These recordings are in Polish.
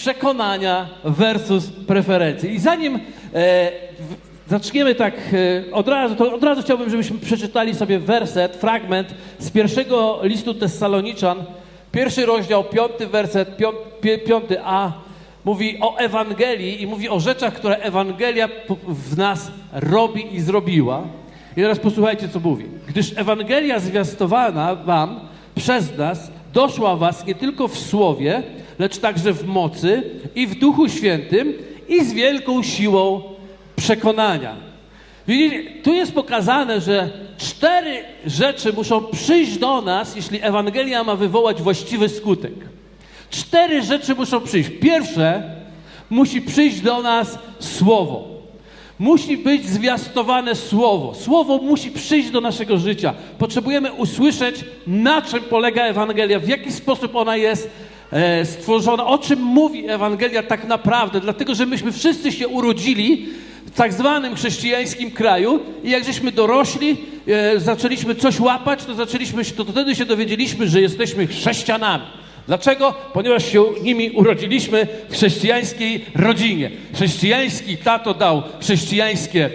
przekonania versus preferencje. I zanim zaczniemy tak od razu chciałbym, żebyśmy przeczytali sobie werset, fragment z pierwszego listu Tesaloniczan, 1 rozdział, 5 werset, 5a, mówi o Ewangelii i mówi o rzeczach, które Ewangelia w nas robi i zrobiła. I teraz posłuchajcie, co mówi. Gdyż Ewangelia zwiastowana wam przez nas doszła was nie tylko w słowie, lecz także w mocy i w Duchu Świętym i z wielką siłą przekonania. Widzicie, tu jest pokazane, że 4 rzeczy muszą przyjść do nas, jeśli Ewangelia ma wywołać właściwy skutek. 4 rzeczy muszą przyjść. Pierwsze, musi przyjść do nas Słowo. Musi być zwiastowane Słowo. Słowo musi przyjść do naszego życia. Potrzebujemy usłyszeć, na czym polega Ewangelia, w jaki sposób ona jest stworzona, o czym mówi Ewangelia tak naprawdę. Dlatego, że myśmy wszyscy się urodzili w tak zwanym chrześcijańskim kraju i jak żeśmy dorośli, zaczęliśmy coś łapać, to wtedy się dowiedzieliśmy, że jesteśmy chrześcijanami. Dlaczego? Ponieważ się nimi urodziliśmy w chrześcijańskiej rodzinie. Chrześcijański tato dał chrześcijańskie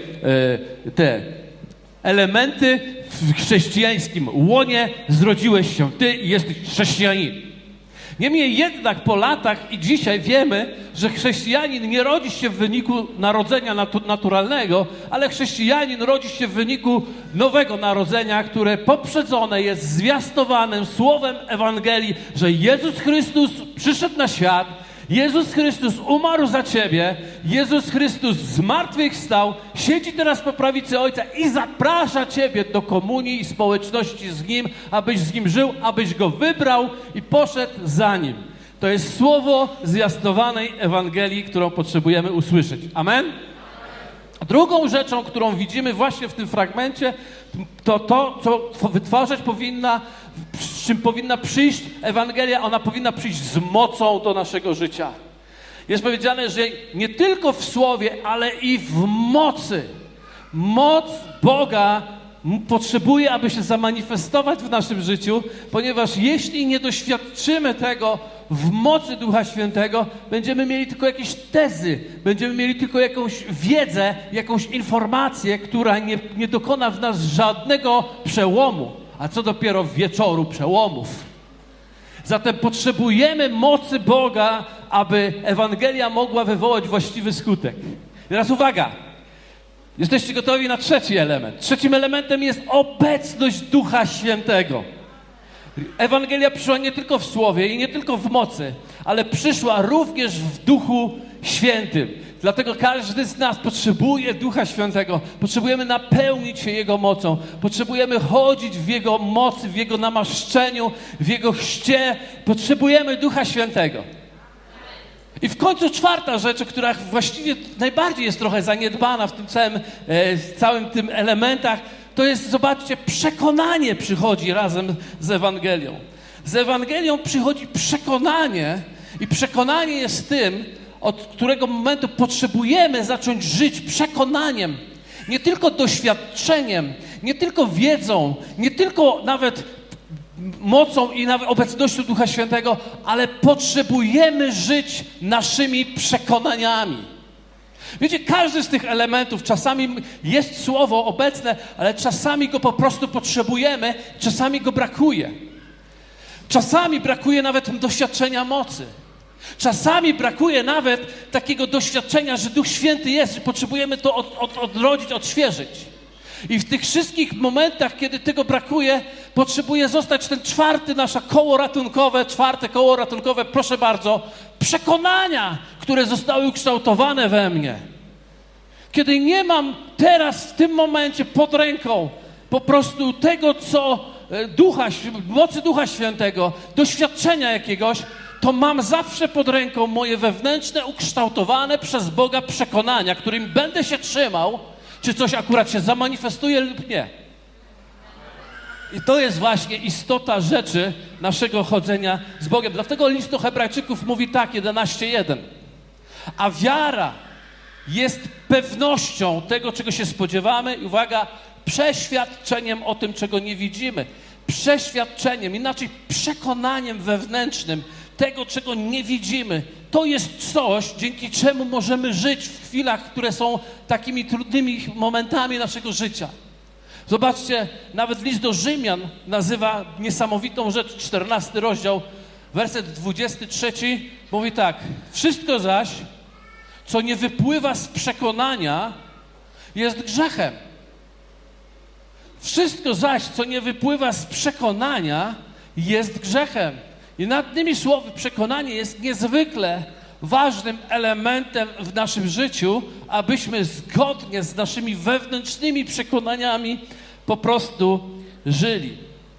te elementy, w chrześcijańskim łonie zrodziłeś się ty i jesteś chrześcijaninem. Niemniej jednak po latach i dzisiaj wiemy, że chrześcijanin nie rodzi się w wyniku narodzenia naturalnego, ale chrześcijanin rodzi się w wyniku nowego narodzenia, które poprzedzone jest zwiastowanym słowem Ewangelii, że Jezus Chrystus przyszedł na świat, Jezus Chrystus umarł za ciebie, Jezus Chrystus zmartwychwstał, siedzi teraz po prawicy Ojca i zaprasza ciebie do komunii i społeczności z Nim, abyś z Nim żył, abyś Go wybrał i poszedł za Nim. To jest słowo zwiastowanej Ewangelii, którą potrzebujemy usłyszeć. Amen? Drugą rzeczą, którą widzimy właśnie w tym fragmencie, to co wytwarzać powinna, z czym powinna przyjść Ewangelia, ona powinna przyjść z mocą do naszego życia. Jest powiedziane, że nie tylko w słowie, ale i w mocy. Moc Boga potrzebuje, aby się zamanifestować w naszym życiu, ponieważ jeśli nie doświadczymy tego w mocy Ducha Świętego, będziemy mieli tylko jakieś tezy, będziemy mieli tylko jakąś wiedzę, jakąś informację, która nie dokona w nas żadnego przełomu, a co dopiero wieczoru przełomów. Zatem potrzebujemy mocy Boga, aby Ewangelia mogła wywołać właściwy skutek. Teraz uwaga, jesteście gotowi na trzeci element. Trzecim elementem jest obecność Ducha Świętego. Ewangelia przyszła nie tylko w słowie i nie tylko w mocy, ale przyszła również w Duchu Świętym. Dlatego każdy z nas potrzebuje Ducha Świętego. Potrzebujemy napełnić się Jego mocą. Potrzebujemy chodzić w Jego mocy, w Jego namaszczeniu, w Jego chrzcie. Potrzebujemy Ducha Świętego. I w końcu czwarta rzecz, która właściwie najbardziej jest trochę zaniedbana w tym całym tym elementach, to jest, zobaczcie, przekonanie przychodzi razem z Ewangelią. Z Ewangelią przychodzi przekonanie i przekonanie jest tym, od którego momentu potrzebujemy zacząć żyć przekonaniem, nie tylko doświadczeniem, nie tylko wiedzą, nie tylko nawet mocą i nawet obecnością Ducha Świętego, ale potrzebujemy żyć naszymi przekonaniami. Wiecie, każdy z tych elementów, czasami jest słowo obecne, ale czasami go po prostu potrzebujemy, czasami go brakuje. Czasami brakuje nawet doświadczenia mocy. Czasami brakuje nawet takiego doświadczenia, że Duch Święty jest, że potrzebujemy to odrodzić, odświeżyć. I w tych wszystkich momentach, kiedy tego brakuje, potrzebuje zostać ten czwarte koło ratunkowe, proszę bardzo, przekonania, które zostały ukształtowane we mnie. Kiedy nie mam teraz, w tym momencie pod ręką po prostu tego, co mocy Ducha Świętego, doświadczenia jakiegoś, to mam zawsze pod ręką moje wewnętrzne, ukształtowane przez Boga przekonania, którym będę się trzymał, czy coś akurat się zamanifestuje lub nie. I to jest właśnie istota rzeczy naszego chodzenia z Bogiem. Dlatego list do Hebrajczyków mówi tak, 11:1. A wiara jest pewnością tego, czego się spodziewamy i uwaga, przeświadczeniem o tym, czego nie widzimy. Przeświadczeniem, inaczej przekonaniem wewnętrznym tego, czego nie widzimy, to jest coś, dzięki czemu możemy żyć w chwilach, które są takimi trudnymi momentami naszego życia. Zobaczcie, nawet list do Rzymian nazywa niesamowitą rzecz, 14 rozdział, werset 23, mówi tak: wszystko zaś, co nie wypływa z przekonania, jest grzechem. Wszystko zaś, co nie wypływa z przekonania, jest grzechem. I nad tymi słowy przekonanie jest niezwykle ważnym elementem w naszym życiu, abyśmy zgodnie z naszymi wewnętrznymi przekonaniami po prostu żyli.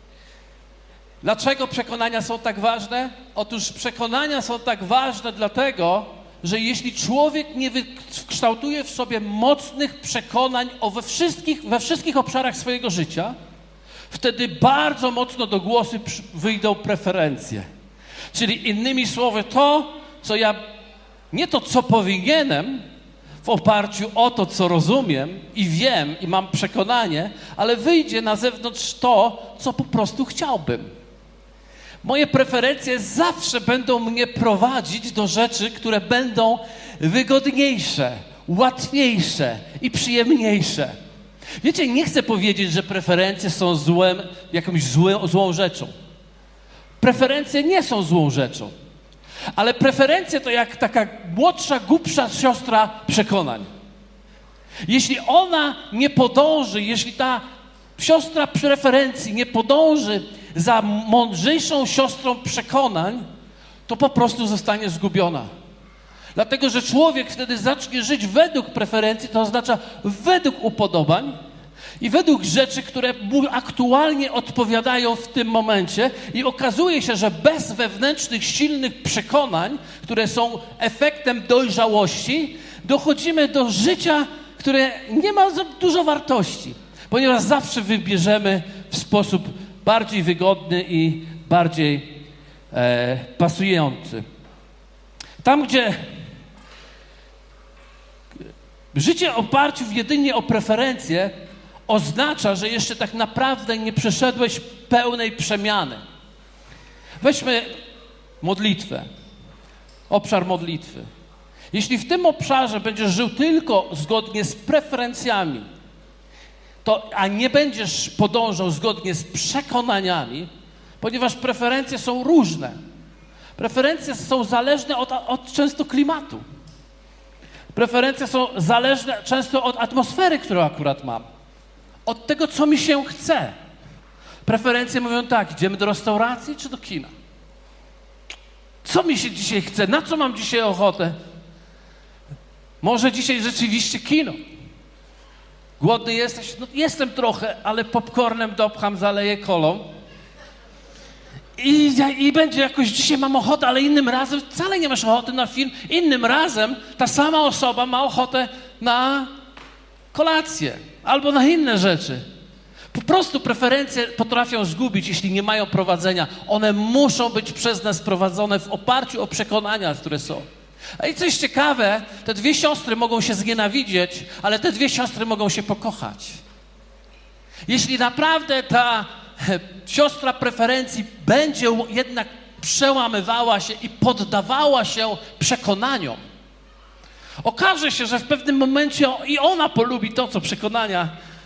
Dlaczego przekonania są tak ważne? Otóż przekonania są tak ważne dlatego, że jeśli człowiek nie wykształtuje w sobie mocnych przekonań we wszystkich obszarach swojego życia, wtedy bardzo mocno do głosu wyjdą preferencje. Czyli innymi słowy nie to, co powinienem w oparciu o to, co rozumiem i wiem i mam przekonanie, ale wyjdzie na zewnątrz to, co po prostu chciałbym. Moje preferencje zawsze będą mnie prowadzić do rzeczy, które będą wygodniejsze, łatwiejsze i przyjemniejsze. Wiecie, nie chcę powiedzieć, że preferencje są jakąś złą rzeczą. Preferencje nie są złą rzeczą. Ale preferencje to jak taka młodsza, głupsza siostra przekonań. Jeśli ona nie podąży, jeśli ta siostra preferencji nie podąży za mądrzejszą siostrą przekonań, to po prostu zostanie zgubiona. Dlatego, że człowiek wtedy zacznie żyć według preferencji, to oznacza według upodobań i według rzeczy, które mu aktualnie odpowiadają w tym momencie, i okazuje się, że bez wewnętrznych, silnych przekonań, które są efektem dojrzałości, dochodzimy do życia, które nie ma za dużo wartości, ponieważ zawsze wybierzemy w sposób bardziej wygodny i bardziej pasujący. Tam, gdzie życie oparciu jedynie o preferencje oznacza, że jeszcze tak naprawdę nie przeszedłeś pełnej przemiany. Weźmy modlitwę, obszar modlitwy. Jeśli w tym obszarze będziesz żył tylko zgodnie z preferencjami, a nie będziesz podążał zgodnie z przekonaniami, ponieważ preferencje są różne. Preferencje są zależne od często klimatu. Preferencje są zależne często od atmosfery, którą akurat mam. Od tego, co mi się chce. Preferencje mówią tak: idziemy do restauracji czy do kina? Co mi się dzisiaj chce? Na co mam dzisiaj ochotę? Może dzisiaj rzeczywiście kino. Głodny jesteś? No jestem trochę, ale popcornem dopcham, zaleję kolą. I będzie jakoś dzisiaj mam ochotę, ale innym razem wcale nie masz ochoty na film. Innym razem ta sama osoba ma ochotę na kolację albo na inne rzeczy. Po prostu preferencje potrafią zgubić, jeśli nie mają prowadzenia. One muszą być przez nas prowadzone w oparciu o przekonania, które są. A i coś ciekawe, te dwie siostry mogą się znienawidzieć, ale te dwie siostry mogą się pokochać. Jeśli naprawdę ta siostra preferencji będzie jednak przełamywała się i poddawała się przekonaniom, okaże się, że w pewnym momencie i ona polubi to, co przekonania,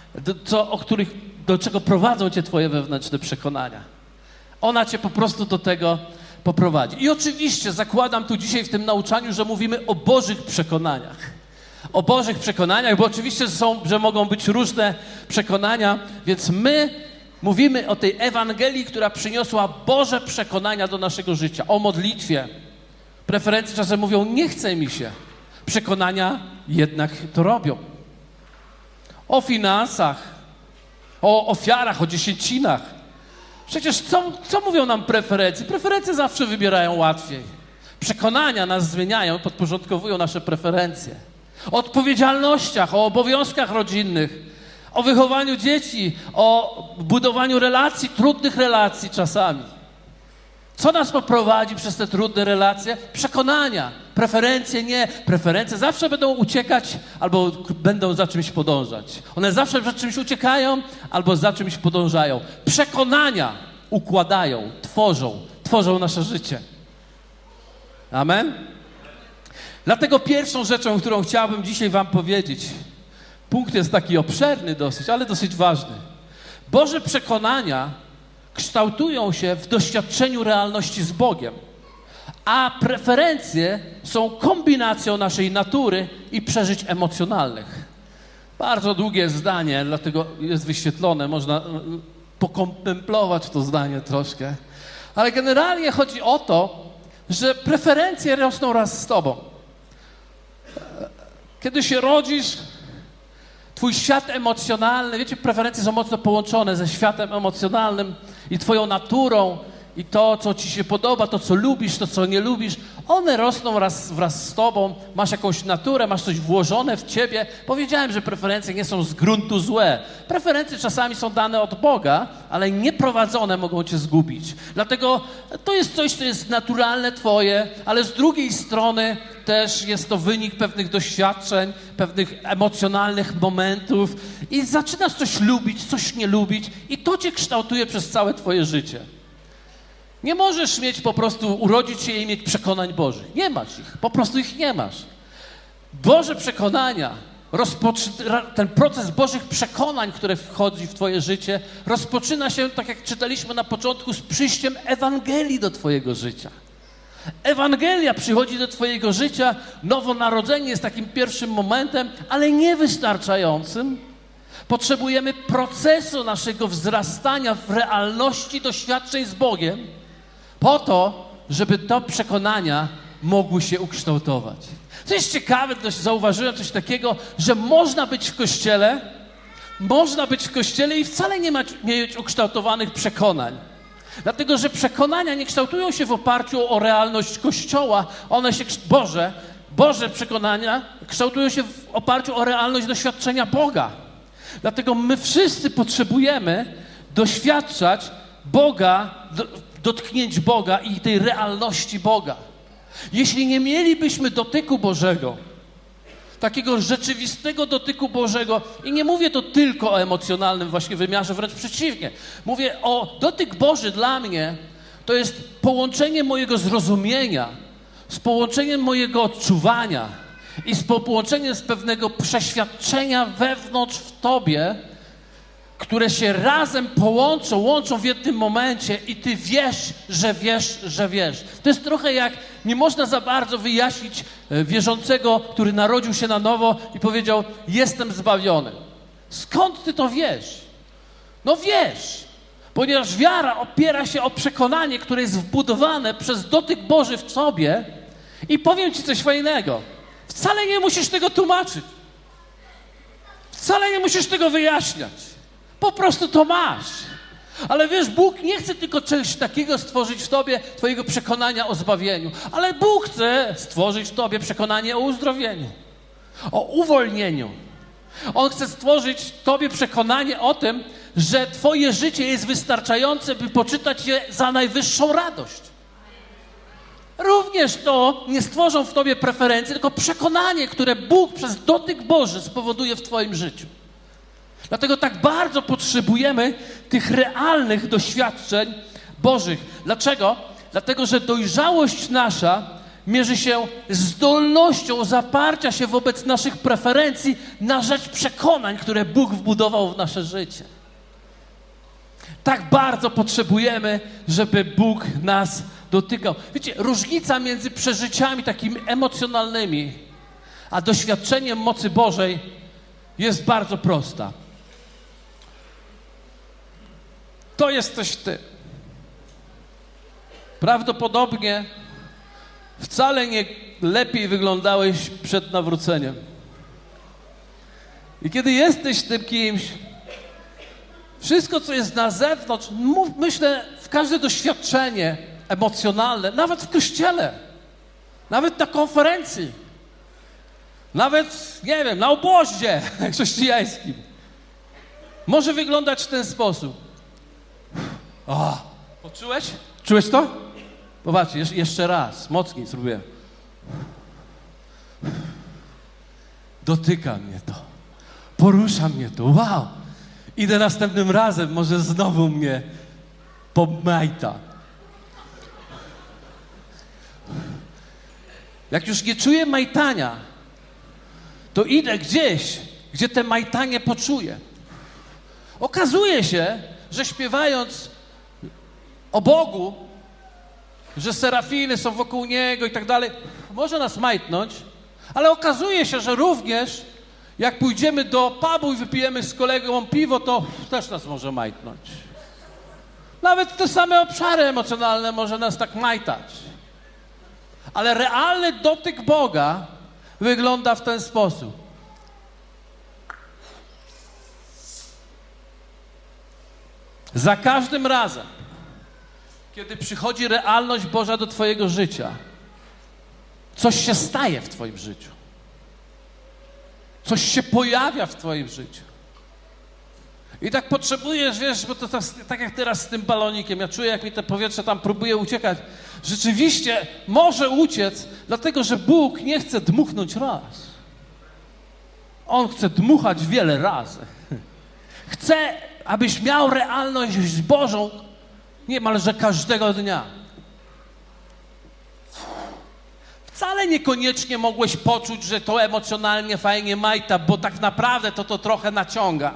do czego prowadzą cię twoje wewnętrzne przekonania. Ona cię po prostu do tego poprowadzi. I oczywiście zakładam tu dzisiaj w tym nauczaniu, że mówimy o Bożych przekonaniach. O Bożych przekonaniach, bo oczywiście że mogą być różne przekonania, więc my mówimy o tej Ewangelii, która przyniosła Boże przekonania do naszego życia. O modlitwie. Preferencje czasem mówią: nie chce mi się. Przekonania jednak to robią. O finansach, o ofiarach, o dziesięcinach. Przecież co mówią nam preferencje? Preferencje zawsze wybierają łatwiej. Przekonania nas zmieniają, podporządkowują nasze preferencje. O odpowiedzialnościach, o obowiązkach rodzinnych, o wychowaniu dzieci, o budowaniu relacji, trudnych relacji czasami. Co nas poprowadzi przez te trudne relacje? Przekonania. Preferencje nie. Preferencje zawsze będą uciekać albo będą za czymś podążać. One zawsze za czymś uciekają albo za czymś podążają. Przekonania układają, tworzą nasze życie. Amen? Dlatego pierwszą rzeczą, którą chciałbym dzisiaj wam powiedzieć, punkt jest taki obszerny dosyć, ale dosyć ważny. Boże przekonania kształtują się w doświadczeniu realności z Bogiem, a preferencje są kombinacją naszej natury i przeżyć emocjonalnych. Bardzo długie zdanie, dlatego jest wyświetlone, można pokontemplować to zdanie troszkę. Ale generalnie chodzi o to, że preferencje rosną wraz z tobą. Kiedy się rodzisz, twój świat emocjonalny, wiecie, preferencje są mocno połączone ze światem emocjonalnym i twoją naturą i to, co ci się podoba, to, co lubisz, to, co nie lubisz, one rosną wraz z tobą, masz jakąś naturę, masz coś włożone w ciebie. Powiedziałem, że preferencje nie są z gruntu złe. Preferencje czasami są dane od Boga, ale nieprowadzone mogą cię zgubić. Dlatego to jest coś, co jest naturalne twoje, ale z drugiej strony też jest to wynik pewnych doświadczeń, pewnych emocjonalnych momentów i zaczynasz coś lubić, coś nie lubić i to cię kształtuje przez całe twoje życie. Nie możesz mieć po prostu, urodzić się i mieć przekonań Bożych. Nie masz ich, po prostu ich nie masz. Boże przekonania, ten proces Bożych przekonań, które wchodzi w twoje życie, rozpoczyna się, tak jak czytaliśmy na początku, z przyjściem Ewangelii do twojego życia. Ewangelia przychodzi do twojego życia, nowonarodzenie jest takim pierwszym momentem, ale niewystarczającym. Potrzebujemy procesu naszego wzrastania w realności doświadczeń z Bogiem, po to, żeby te przekonania mogły się ukształtować. Co jest ciekawe, zauważyłem coś takiego, że można być w Kościele i wcale nie mieć ukształtowanych przekonań. Dlatego, że przekonania nie kształtują się w oparciu o realność Kościoła, one się, Boże przekonania kształtują się w oparciu o realność doświadczenia Boga. Dlatego my wszyscy potrzebujemy doświadczać Boga, dotknięć Boga i tej realności Boga. Jeśli nie mielibyśmy dotyku Bożego, takiego rzeczywistego dotyku Bożego, i nie mówię to tylko o emocjonalnym właśnie wymiarze, wręcz przeciwnie. Mówię o dotyk Boży dla mnie, to jest połączenie mojego zrozumienia z połączeniem mojego odczuwania i z połączeniem z pewnego przeświadczenia wewnątrz w tobie, które się razem łączą w jednym momencie i ty wiesz, że wiesz. To jest trochę jak, nie można za bardzo wyjaśnić wierzącego, który narodził się na nowo i powiedział, jestem zbawiony. Skąd ty to wiesz? No wiesz, ponieważ wiara opiera się o przekonanie, które jest wbudowane przez dotyk Boży w sobie i powiem ci coś fajnego. Wcale nie musisz tego tłumaczyć. Wcale nie musisz tego wyjaśniać. Po prostu to masz. Ale wiesz, Bóg nie chce tylko czegoś takiego stworzyć w tobie, twojego przekonania o zbawieniu, ale Bóg chce stworzyć w tobie przekonanie o uzdrowieniu, o uwolnieniu. On chce stworzyć w tobie przekonanie o tym, że twoje życie jest wystarczające, by poczytać je za najwyższą radość. Również to nie stworzą w tobie preferencje, tylko przekonanie, które Bóg przez dotyk Boży spowoduje w twoim życiu. Dlatego tak bardzo potrzebujemy tych realnych doświadczeń Bożych. Dlaczego? Dlatego, że dojrzałość nasza mierzy się zdolnością zaparcia się wobec naszych preferencji na rzecz przekonań, które Bóg wbudował w nasze życie. Tak bardzo potrzebujemy, żeby Bóg nas dotykał. Wiecie, różnica między przeżyciami takimi emocjonalnymi, a doświadczeniem mocy Bożej jest bardzo prosta. To jesteś ty. Prawdopodobnie wcale nie lepiej wyglądałeś przed nawróceniem. I kiedy jesteś tym kimś, wszystko, co jest na zewnątrz, myślę, w każde doświadczenie emocjonalne, nawet w kościele, nawet na konferencji, nawet, nie wiem, na obozie chrześcijańskim, może wyglądać w ten sposób. O, poczułeś? Czułeś to? Popatrzcie, jeszcze raz, mocniej spróbuję. Dotyka mnie to, porusza mnie to, wow. Idę następnym razem, może znowu mnie pomajta. Jak już nie czuję majtania, to idę gdzieś, gdzie te majtanie poczuję. Okazuje się, że śpiewając o Bogu, że serafiny są wokół Niego i tak dalej, może nas majtnąć, ale okazuje się, że również jak pójdziemy do pubu i wypijemy z kolegą piwo, to też nas może majtnąć. Nawet te same obszary emocjonalne może nas tak majtać. Ale realny dotyk Boga wygląda w ten sposób. Za każdym razem, kiedy przychodzi realność Boża do twojego życia, coś się staje w twoim życiu. Coś się pojawia w twoim życiu. I tak potrzebujesz, wiesz, bo to tak jak teraz z tym balonikiem, ja czuję, jak mi to powietrze tam próbuje uciekać. Rzeczywiście może uciec, dlatego że Bóg nie chce dmuchnąć raz. On chce dmuchać wiele razy. Chce, abyś miał realność Bożą niemalże każdego dnia. Wcale niekoniecznie mogłeś poczuć, że to emocjonalnie fajnie majta, bo tak naprawdę to trochę naciąga.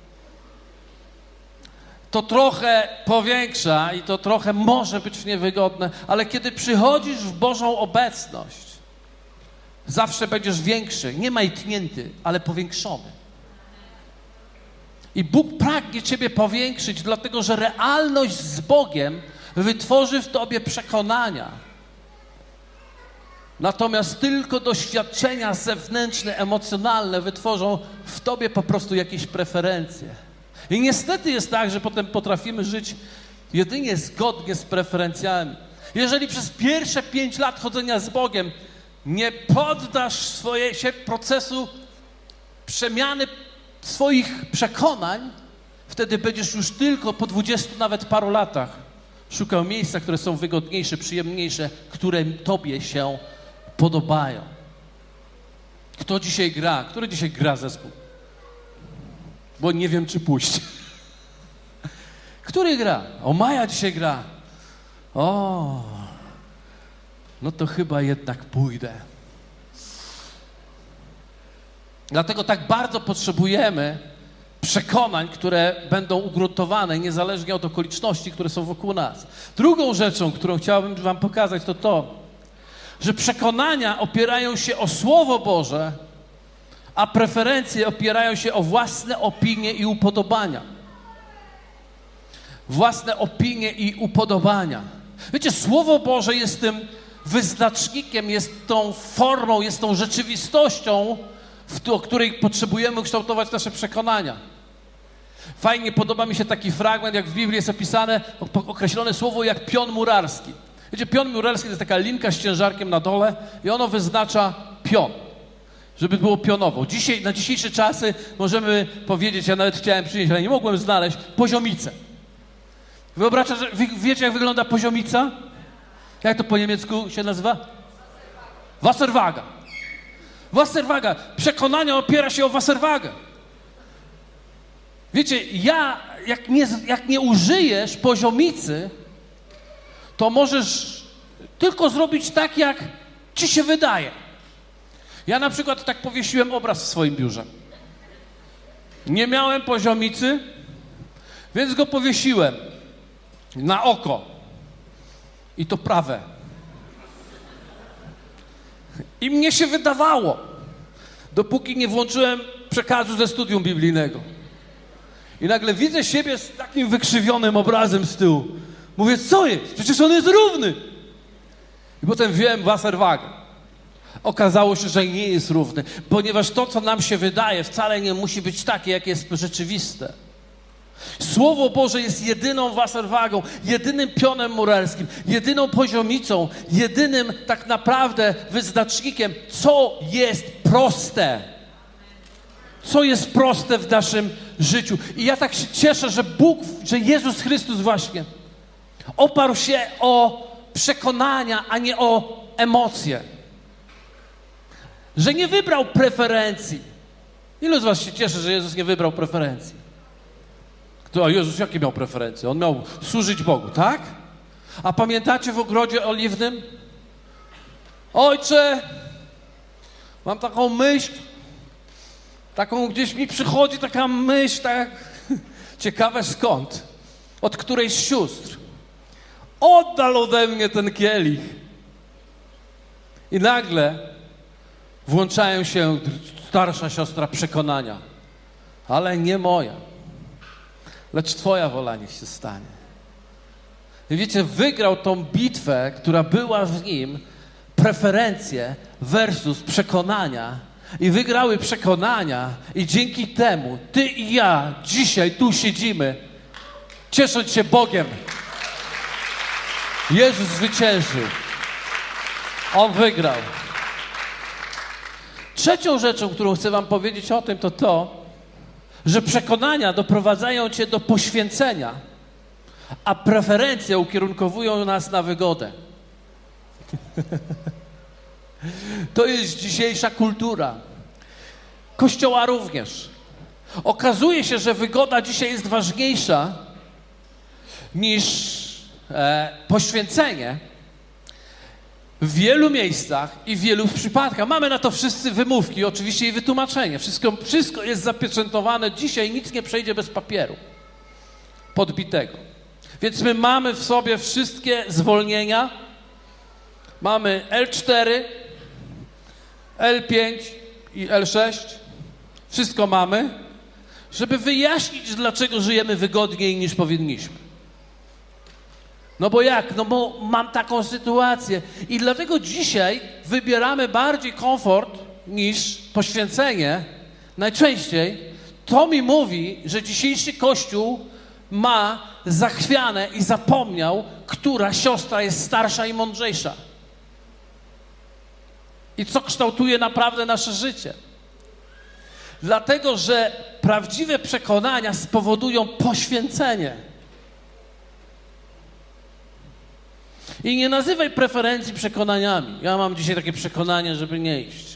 To trochę powiększa i to trochę może być niewygodne, ale kiedy przychodzisz w Bożą obecność, zawsze będziesz większy, nie majtnięty, ale powiększony. I Bóg pragnie ciebie powiększyć, dlatego że realność z Bogiem wytworzy w tobie przekonania. Natomiast tylko doświadczenia zewnętrzne, emocjonalne wytworzą w tobie po prostu jakieś preferencje. I niestety jest tak, że potem potrafimy żyć jedynie zgodnie z preferencjami. Jeżeli przez pierwsze 5 lat chodzenia z Bogiem nie poddasz się procesu przemiany swoich przekonań, wtedy będziesz już tylko po 20 nawet paru latach szukał miejsca, które są wygodniejsze, przyjemniejsze, które tobie się podobają. Kto dzisiaj gra? Który dzisiaj gra zespół? Bo nie wiem, czy pójść. Który gra? O, Maja dzisiaj gra. O, no to chyba jednak pójdę. Dlatego tak bardzo potrzebujemy przekonań, które będą ugruntowane niezależnie od okoliczności, które są wokół nas. Drugą rzeczą, którą chciałbym wam pokazać, to, że przekonania opierają się o Słowo Boże, a preferencje opierają się o własne opinie i upodobania. Własne opinie i upodobania. Wiecie, Słowo Boże jest tym wyznacznikiem, jest tą formą, jest tą rzeczywistością, o której potrzebujemy kształtować nasze przekonania. Fajnie podoba mi się taki fragment, jak w Biblii jest opisane, określone słowo jak pion murarski. Wiecie, pion murarski to jest taka linka z ciężarkiem na dole i ono wyznacza pion, żeby było pionowo. Dzisiaj, na dzisiejsze czasy możemy powiedzieć, ja nawet chciałem przynieść, ale nie mogłem znaleźć, poziomicę. Wiecie, jak wygląda poziomica? Jak to po niemiecku się nazywa? Wasserwaage. Wasserwaage. Przekonania opiera się o Wasserwaage. Wiecie, jak nie użyjesz poziomicy, to możesz tylko zrobić tak, jak ci się wydaje. Ja na przykład tak powiesiłem obraz w swoim biurze. Nie miałem poziomicy, więc go powiesiłem na oko. I to prawe. I mnie się wydawało, dopóki nie włączyłem przekazu ze studium biblijnego. I nagle widzę siebie z takim wykrzywionym obrazem z tyłu. Mówię, co jest? Przecież on jest równy. I potem wziąłem Wasserwaage. Okazało się, że nie jest równy, ponieważ to, co nam się wydaje, wcale nie musi być takie, jak jest rzeczywiste. Słowo Boże jest jedyną Wasserwagą, jedynym pionem murarskim, jedyną poziomicą, jedynym tak naprawdę wyznacznikiem, co jest proste. Co jest proste w naszym życiu. I ja tak się cieszę, że że Jezus Chrystus właśnie oparł się o przekonania, a nie o emocje. Że nie wybrał preferencji. Ilu z was się cieszy, że Jezus nie wybrał preferencji? A Jezus jakie miał preferencje? On miał służyć Bogu, tak? A pamiętacie w ogrodzie oliwnym? Ojcze, mam taką myśl, taką gdzieś mi przychodzi taka myśl, tak ciekawe skąd, od którejś z sióstr. Oddal ode mnie ten kielich. I nagle włączają się starsza siostra przekonania. Ale nie moja, lecz Twoja wola niech się stanie. I wiecie, wygrał tą bitwę, która była w nim, preferencje versus przekonania. I wygrały przekonania i dzięki temu ty i ja dzisiaj tu siedzimy, ciesząc się Bogiem. Jezus zwyciężył. On wygrał. Trzecią rzeczą, którą chcę wam powiedzieć o tym, to to, że przekonania doprowadzają cię do poświęcenia, a preferencje ukierunkowują nas na wygodę. To jest dzisiejsza kultura. Kościoła również. Okazuje się, że wygoda dzisiaj jest ważniejsza niż poświęcenie w wielu miejscach i w wielu przypadkach. Mamy na to wszyscy wymówki, oczywiście i wytłumaczenie. Wszystko jest zapieczętowane. Dzisiaj nic nie przejdzie bez papieru podbitego. Więc my mamy w sobie wszystkie zwolnienia. Mamy L4, L5 i L6. Wszystko mamy, żeby wyjaśnić, dlaczego żyjemy wygodniej niż powinniśmy. No bo jak? No bo mam taką sytuację. I dlatego dzisiaj wybieramy bardziej komfort niż poświęcenie. Najczęściej to mi mówi, że dzisiejszy Kościół ma zachwiane i zapomniał, która siostra jest starsza i mądrzejsza. I co kształtuje naprawdę nasze życie. Dlatego, że prawdziwe przekonania spowodują poświęcenie. I nie nazywaj preferencji przekonaniami. Ja mam dzisiaj takie przekonanie, żeby nie iść.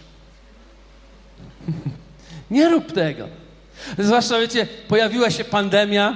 Nie rób tego. Zwłaszcza, wiecie, pojawiła się pandemia.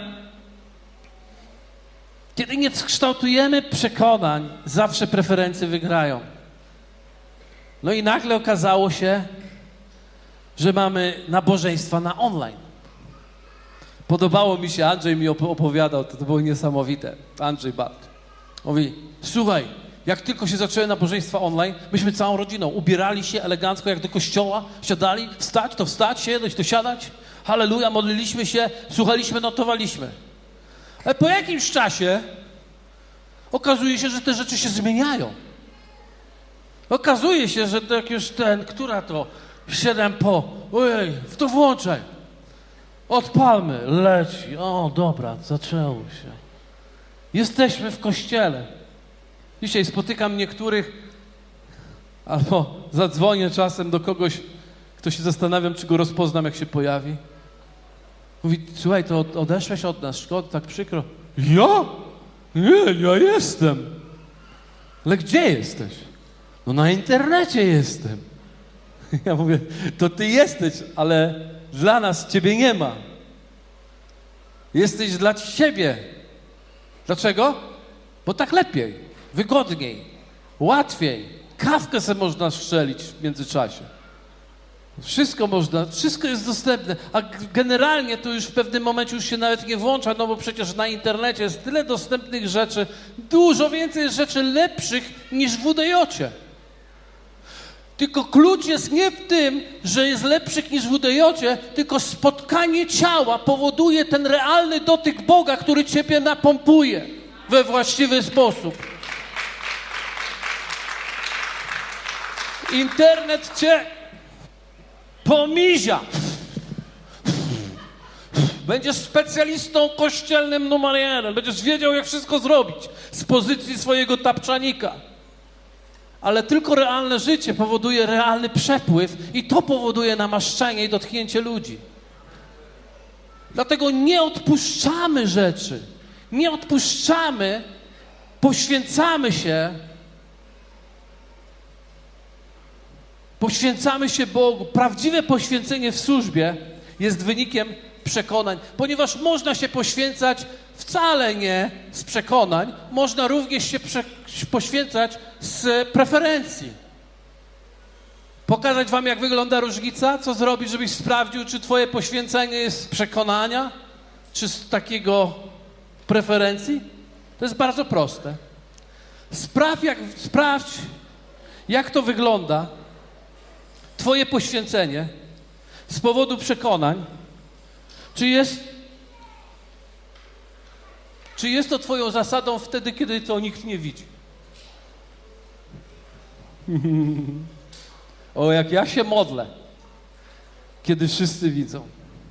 Kiedy nie kształtujemy przekonań, zawsze preferencje wygrają. No i nagle okazało się, że mamy nabożeństwa na online. Podobało mi się, Andrzej mi opowiadał, to było niesamowite. Andrzej Bart. Mówi, słuchaj, jak tylko się zaczęły nabożeństwa online, myśmy całą rodziną ubierali się elegancko jak do kościoła, siadali, wstać, siadać, to siadać. Halleluja, modliliśmy się, słuchaliśmy, notowaliśmy. Ale po jakimś czasie okazuje się, że te rzeczy się zmieniają. Okazuje się, że tak już która to 7 po, ojej, w to włączaj. Odpalmy, leci. O, dobra, zaczęło się. Jesteśmy w kościele. Dzisiaj spotykam niektórych, albo zadzwonię czasem do kogoś, kto się zastanawiam, czy go rozpoznam, jak się pojawi. Mówi, słuchaj, to odeszłeś od nas, szkoda, tak przykro. Ja? Nie, ja jestem. Ale gdzie jesteś? No na internecie jestem. Ja mówię, to ty jesteś, ale dla nas ciebie nie ma. Jesteś dla siebie. Dlaczego? Bo tak lepiej, wygodniej, łatwiej. Kawkę sobie można strzelić w międzyczasie. Wszystko można, wszystko jest dostępne, a generalnie to już w pewnym momencie już się nawet nie włącza, no bo przecież na internecie jest tyle dostępnych rzeczy, dużo więcej rzeczy lepszych niż w WDJ-cie. Tylko klucz jest nie w tym, że jest lepszych niż w WDJ-cie, tylko spotkanie ciała powoduje ten realny dotyk Boga, który ciebie napompuje we właściwy sposób. Internet cię pomizia. Będziesz specjalistą kościelnym numer 1. Będziesz wiedział, jak wszystko zrobić z pozycji swojego tapczanika. Ale tylko realne życie powoduje realny przepływ i to powoduje namaszczenie i dotknięcie ludzi. Dlatego nie odpuszczamy rzeczy. Nie odpuszczamy, poświęcamy się Bogu. Prawdziwe poświęcenie w służbie jest wynikiem przekonań, ponieważ można się poświęcać wcale nie z przekonań, można również się poświęcać z preferencji. Pokazać wam, jak wygląda różnica? Co zrobić, żebyś sprawdził, czy twoje poświęcenie jest z przekonania, czy z takiego preferencji? To jest bardzo proste. Sprawdź, jak to wygląda, twoje poświęcenie z powodu przekonań, czy jest to twoją zasadą wtedy, kiedy to nikt nie widzi. O, jak ja się modlę, kiedy wszyscy widzą.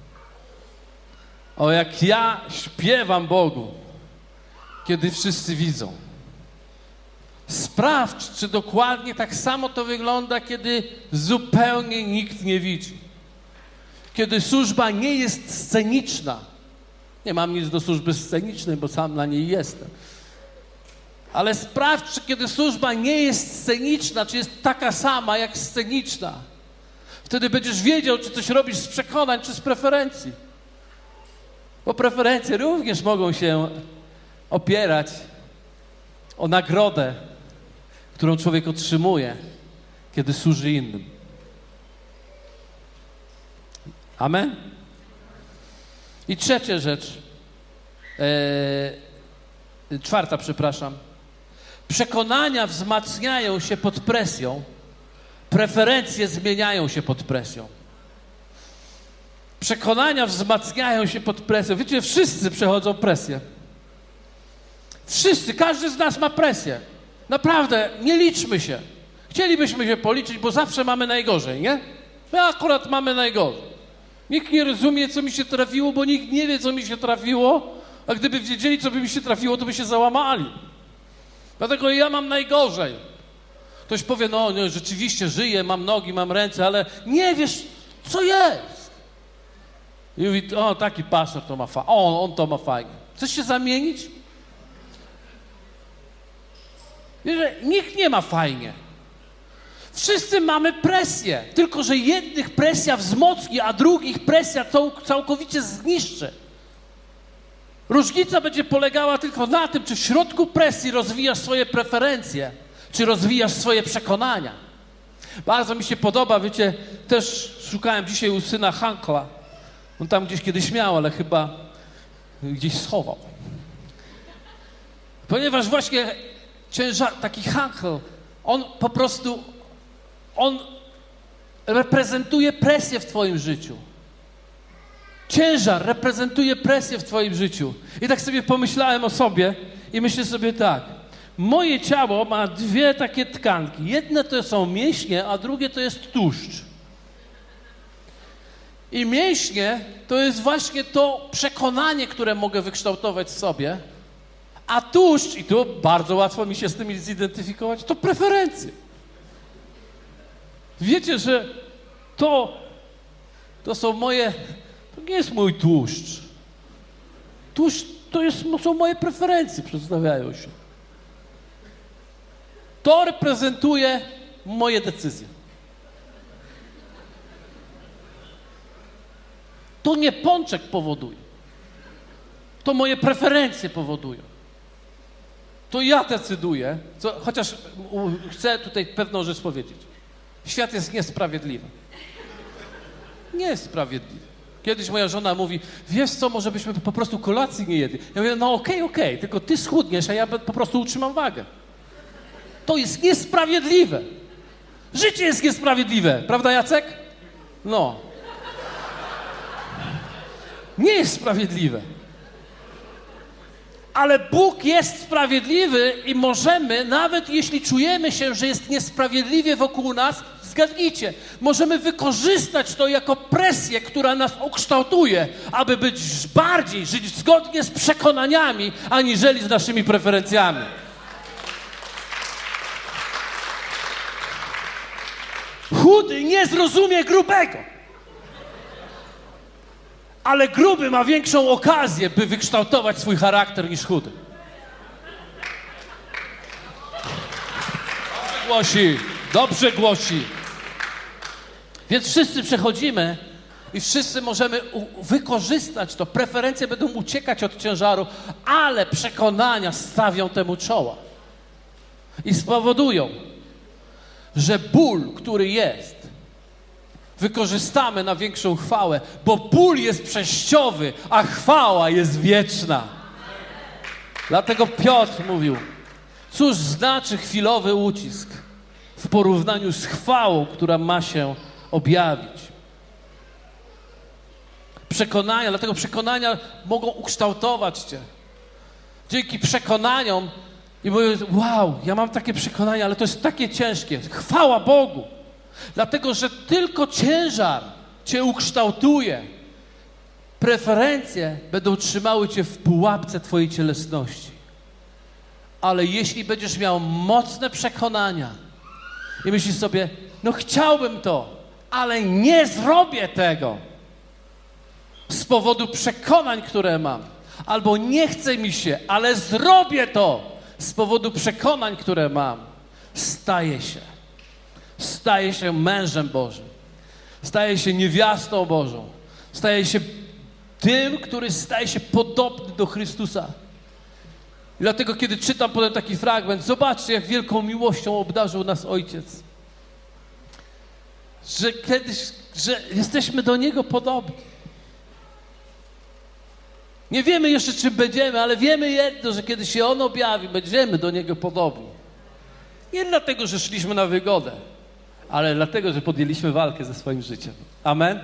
O, jak ja śpiewam Bogu, kiedy wszyscy widzą. Sprawdź, czy dokładnie tak samo to wygląda, kiedy zupełnie nikt nie widzi. Kiedy służba nie jest sceniczna. Nie mam nic do służby scenicznej, bo sam na niej jestem. Ale sprawdź, czy kiedy służba nie jest sceniczna, czy jest taka sama jak sceniczna. Wtedy będziesz wiedział, czy coś robisz z przekonań, czy z preferencji. Bo preferencje również mogą się opierać o nagrodę, którą człowiek otrzymuje, kiedy służy innym. Amen? I trzecia rzecz, czwarta, przepraszam. Przekonania wzmacniają się pod presją, preferencje zmieniają się pod presją. Przekonania wzmacniają się pod presją. Wiecie, wszyscy przechodzą presję. Wszyscy, każdy z nas ma presję. Naprawdę, nie liczmy się. Chcielibyśmy się policzyć, bo zawsze mamy najgorzej, nie? My akurat mamy najgorzej. Nikt nie rozumie, co mi się trafiło, bo nikt nie wie, co mi się trafiło, a gdyby wiedzieli, co by mi się trafiło, to by się załamali. Dlatego ja mam najgorzej. Ktoś powie, no rzeczywiście żyję, mam nogi, mam ręce, ale nie wiesz, co jest. I mówi, o, taki pastor to ma fajnie, on to ma fajnie. Chcesz się zamienić? Wiesz, że nikt nie ma fajnie. Wszyscy mamy presję, tylko że jednych presja wzmocni, a drugich presja całkowicie zniszczy. Różnica będzie polegała tylko na tym, czy w środku presji rozwijasz swoje preferencje, czy rozwijasz swoje przekonania. Bardzo mi się podoba, wiecie, też szukałem dzisiaj u syna Hankla. On tam gdzieś kiedyś miał, ale chyba gdzieś schował. Ponieważ właśnie taki Hankl, on po prostu, on reprezentuje presję w twoim życiu. Ciężar reprezentuje presję w twoim życiu. I tak sobie pomyślałem o sobie i myślę sobie tak. Moje ciało ma dwie takie tkanki. Jedne to są mięśnie, a drugie to jest tłuszcz. I mięśnie to jest właśnie to przekonanie, które mogę wykształtować w sobie, a tłuszcz, i tu bardzo łatwo mi się z tym zidentyfikować, to preferencje. Wiecie, że to są moje, to nie jest mój tłuszcz. Tłuszcz są moje preferencje, przedstawiają się. To reprezentuje moje decyzje. To nie pączek powoduje. To moje preferencje powodują. To ja decyduję, chociaż chcę tutaj pewną rzecz powiedzieć. Świat jest niesprawiedliwy. Niesprawiedliwy. Kiedyś moja żona mówi, wiesz co, może byśmy po prostu kolacji nie jedli. Ja mówię, no okej, tylko ty schudniesz, a ja po prostu utrzymam wagę. To jest niesprawiedliwe. Życie jest niesprawiedliwe, prawda, Jacek? No. Nie jest sprawiedliwe. Ale Bóg jest sprawiedliwy i możemy, nawet jeśli czujemy się, że jest niesprawiedliwie wokół nas, zgadnijcie, możemy wykorzystać to jako presję, która nas ukształtuje, aby żyć zgodnie z przekonaniami, aniżeli z naszymi preferencjami. Chudy nie zrozumie grubego. Ale gruby ma większą okazję, by wykształtować swój charakter niż chudy. Dobrze głosi. Więc wszyscy przechodzimy i wszyscy możemy wykorzystać to. Preferencje będą uciekać od ciężaru, ale przekonania stawią temu czoła. I spowodują, że ból, który jest, wykorzystamy na większą chwałę, bo ból jest przejściowy, a chwała jest wieczna. Dlatego Piotr mówił, cóż znaczy chwilowy ucisk w porównaniu z chwałą, która ma się objawić. Przekonania, dlatego przekonania mogą ukształtować cię. Dzięki przekonaniom i mówię, wow, ja mam takie przekonania, ale to jest takie ciężkie. Chwała Bogu. Dlatego, że tylko ciężar cię ukształtuje. Preferencje będą trzymały cię w pułapce twojej cielesności. Ale jeśli będziesz miał mocne przekonania i myślisz sobie, no chciałbym to, ale nie zrobię tego z powodu przekonań, które mam. Albo nie chce mi się, ale zrobię to z powodu przekonań, które mam. Staje się mężem Bożym. Staje się niewiastą Bożą. Staje się tym, który staje się podobny do Chrystusa. I dlatego, kiedy czytam potem taki fragment, zobaczcie, jak wielką miłością obdarzył nas Ojciec. Że jesteśmy do Niego podobni. Nie wiemy jeszcze, czym będziemy, ale wiemy jedno, że kiedy się On objawi, będziemy do Niego podobni. Nie dlatego, że szliśmy na wygodę, ale dlatego, że podjęliśmy walkę ze swoim życiem. Amen?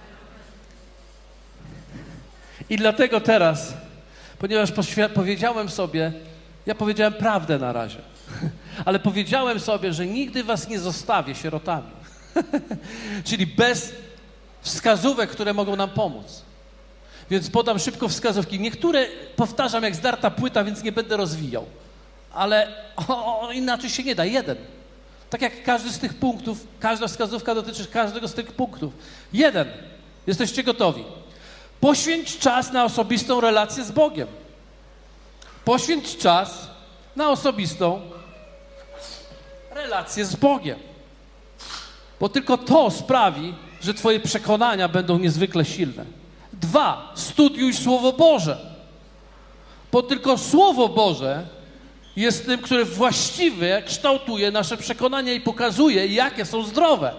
I dlatego teraz, ponieważ powiedziałem sobie, ja powiedziałem prawdę na razie, ale powiedziałem sobie, że nigdy was nie zostawię sierotami. Czyli bez wskazówek, które mogą nam pomóc. Więc podam szybko wskazówki. Niektóre powtarzam jak zdarta płyta, więc nie będę rozwijał. Ale inaczej się nie da. Jeden. Tak jak każdy z tych punktów, każda wskazówka dotyczy każdego z tych punktów. Jeden. Jesteście gotowi. Poświęć czas na osobistą relację z Bogiem. Poświęć czas na osobistą relację z Bogiem. Bo tylko to sprawi, że twoje przekonania będą niezwykle silne. 2. Studiuj Słowo Boże. Bo tylko Słowo Boże jest tym, które właściwie kształtuje nasze przekonania i pokazuje, jakie są zdrowe.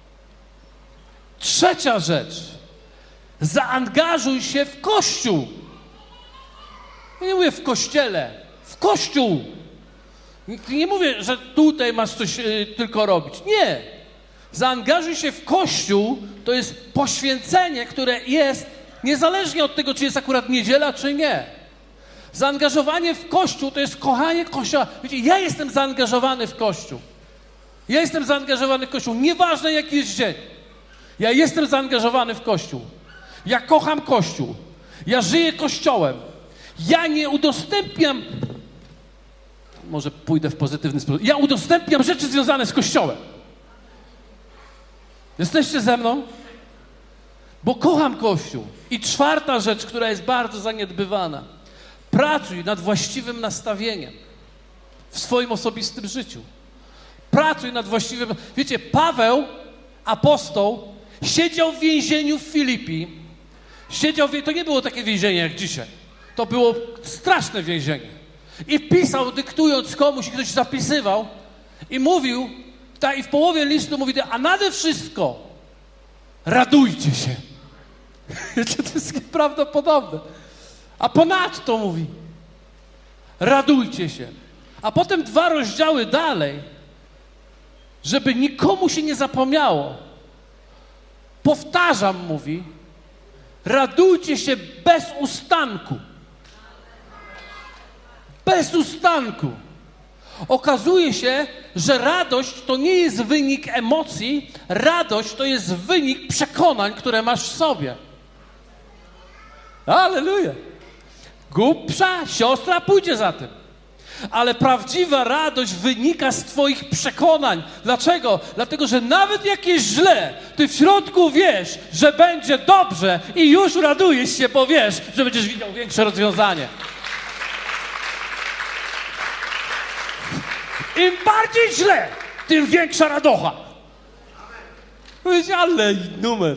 3. rzecz. Zaangażuj się w Kościół. Ja nie mówię w kościele, w Kościół. Nie mówię, że tutaj masz coś tylko robić. Nie. Zaangażuj się w Kościół, to jest poświęcenie, które jest niezależnie od tego, czy jest akurat niedziela, czy nie. Zaangażowanie w Kościół to jest kochanie Kościoła. Wiecie, ja jestem zaangażowany w Kościół. Ja jestem zaangażowany w Kościół. Nieważne, jaki jest dzień. Ja jestem zaangażowany w Kościół. Ja kocham Kościół. Ja żyję Kościołem. Ja nie udostępniam... Może pójdę w pozytywny sposób. Ja udostępniam rzeczy związane z Kościołem. Jesteście ze mną? Bo kocham Kościół. I 4. rzecz, która jest bardzo zaniedbywana. Pracuj nad właściwym nastawieniem w swoim osobistym życiu. Pracuj nad właściwym... Wiecie, Paweł, apostoł, siedział w więzieniu w Filipii. To nie było takie więzienie jak dzisiaj. To było straszne więzienie. I pisał, dyktując komuś, i ktoś zapisywał i mówił, i w połowie listu mówi, a nade wszystko radujcie się. Wiecie, to jest nieprawdopodobne. A ponadto mówi, radujcie się. A potem 2 rozdziały dalej, żeby nikomu się nie zapomniało. Powtarzam, mówi, radujcie się bez ustanku. Bez ustanku. Okazuje się, że radość to nie jest wynik emocji, radość to jest wynik przekonań, które masz w sobie. Halleluja. Głupsza siostra pójdzie za tym. Ale prawdziwa radość wynika z twoich przekonań. Dlaczego? Dlatego, że nawet jak jest źle, ty w środku wiesz, że będzie dobrze i już radujesz się, bo wiesz, że będziesz widział większe rozwiązanie. Im bardziej źle, tym większa radocha. Powiedz, ale numer.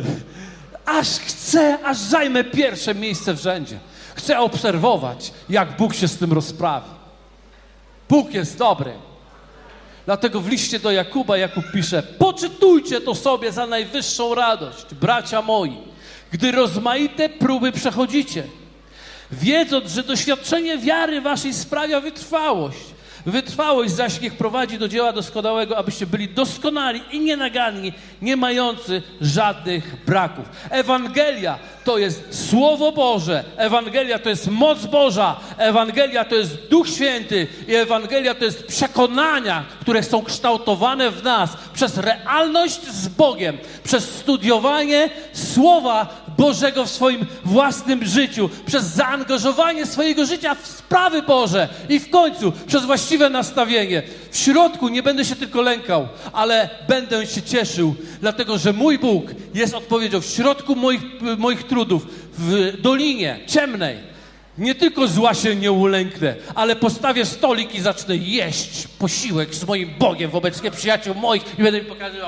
Aż zajmę pierwsze miejsce w rzędzie. Chcę obserwować, jak Bóg się z tym rozprawi. Bóg jest dobry. Dlatego w liście do Jakuba Jakub pisze: poczytujcie to sobie za najwyższą radość, bracia moi, gdy rozmaite próby przechodzicie, wiedząc, że doświadczenie wiary waszej sprawia wytrwałość. Wytrwałość zaś niech prowadzi do dzieła doskonałego, abyście byli doskonali i nienaganni, nie mający żadnych braków. Ewangelia to jest Słowo Boże, Ewangelia to jest moc Boża, Ewangelia to jest Duch Święty i Ewangelia to jest przekonania, które są kształtowane w nas przez realność z Bogiem, przez studiowanie Słowa Bożego w swoim własnym życiu, przez zaangażowanie swojego życia w sprawy Boże i w końcu przez właściwe nastawienie. W środku nie będę się tylko lękał, ale będę się cieszył, dlatego że mój Bóg jest odpowiedzią w środku moich trudów, w dolinie ciemnej. Nie tylko zła się nie ulęknę, ale postawię stolik i zacznę jeść posiłek z moim Bogiem wobec nieprzyjaciół moich i będę mi pokazywał: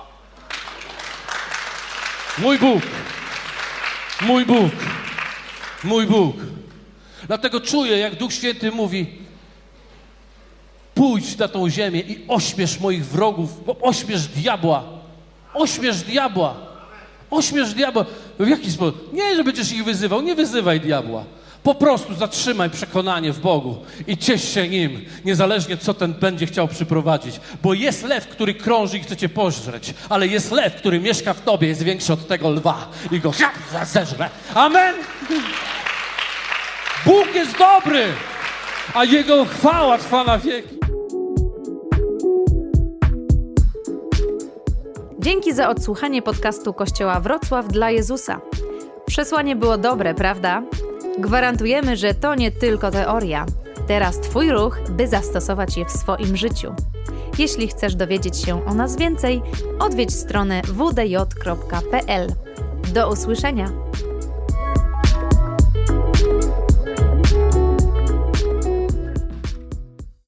mój Bóg. Mój Bóg, mój Bóg. Dlatego czuję, jak Duch Święty mówi: pójdź na tą ziemię i ośmiesz moich wrogów, bo ośmiesz diabła. Ośmiesz diabła. Ośmiesz diabła. W jaki sposób? Nie, że będziesz ich wyzywał, nie wyzywaj diabła. Po prostu zatrzymaj przekonanie w Bogu i ciesz się nim, niezależnie co ten będzie chciał przyprowadzić. Bo jest lew, który krąży i chce cię pożreć, ale jest lew, który mieszka w tobie, jest większy od tego lwa i go zeżre. Amen! Bóg jest dobry, a Jego chwała trwa na wieki. Dzięki za odsłuchanie podcastu Kościoła Wrocław dla Jezusa. Przesłanie było dobre, prawda? Gwarantujemy, że to nie tylko teoria. Teraz Twój ruch, by zastosować je w swoim życiu. Jeśli chcesz dowiedzieć się o nas więcej, odwiedź stronę wdj.pl. Do usłyszenia!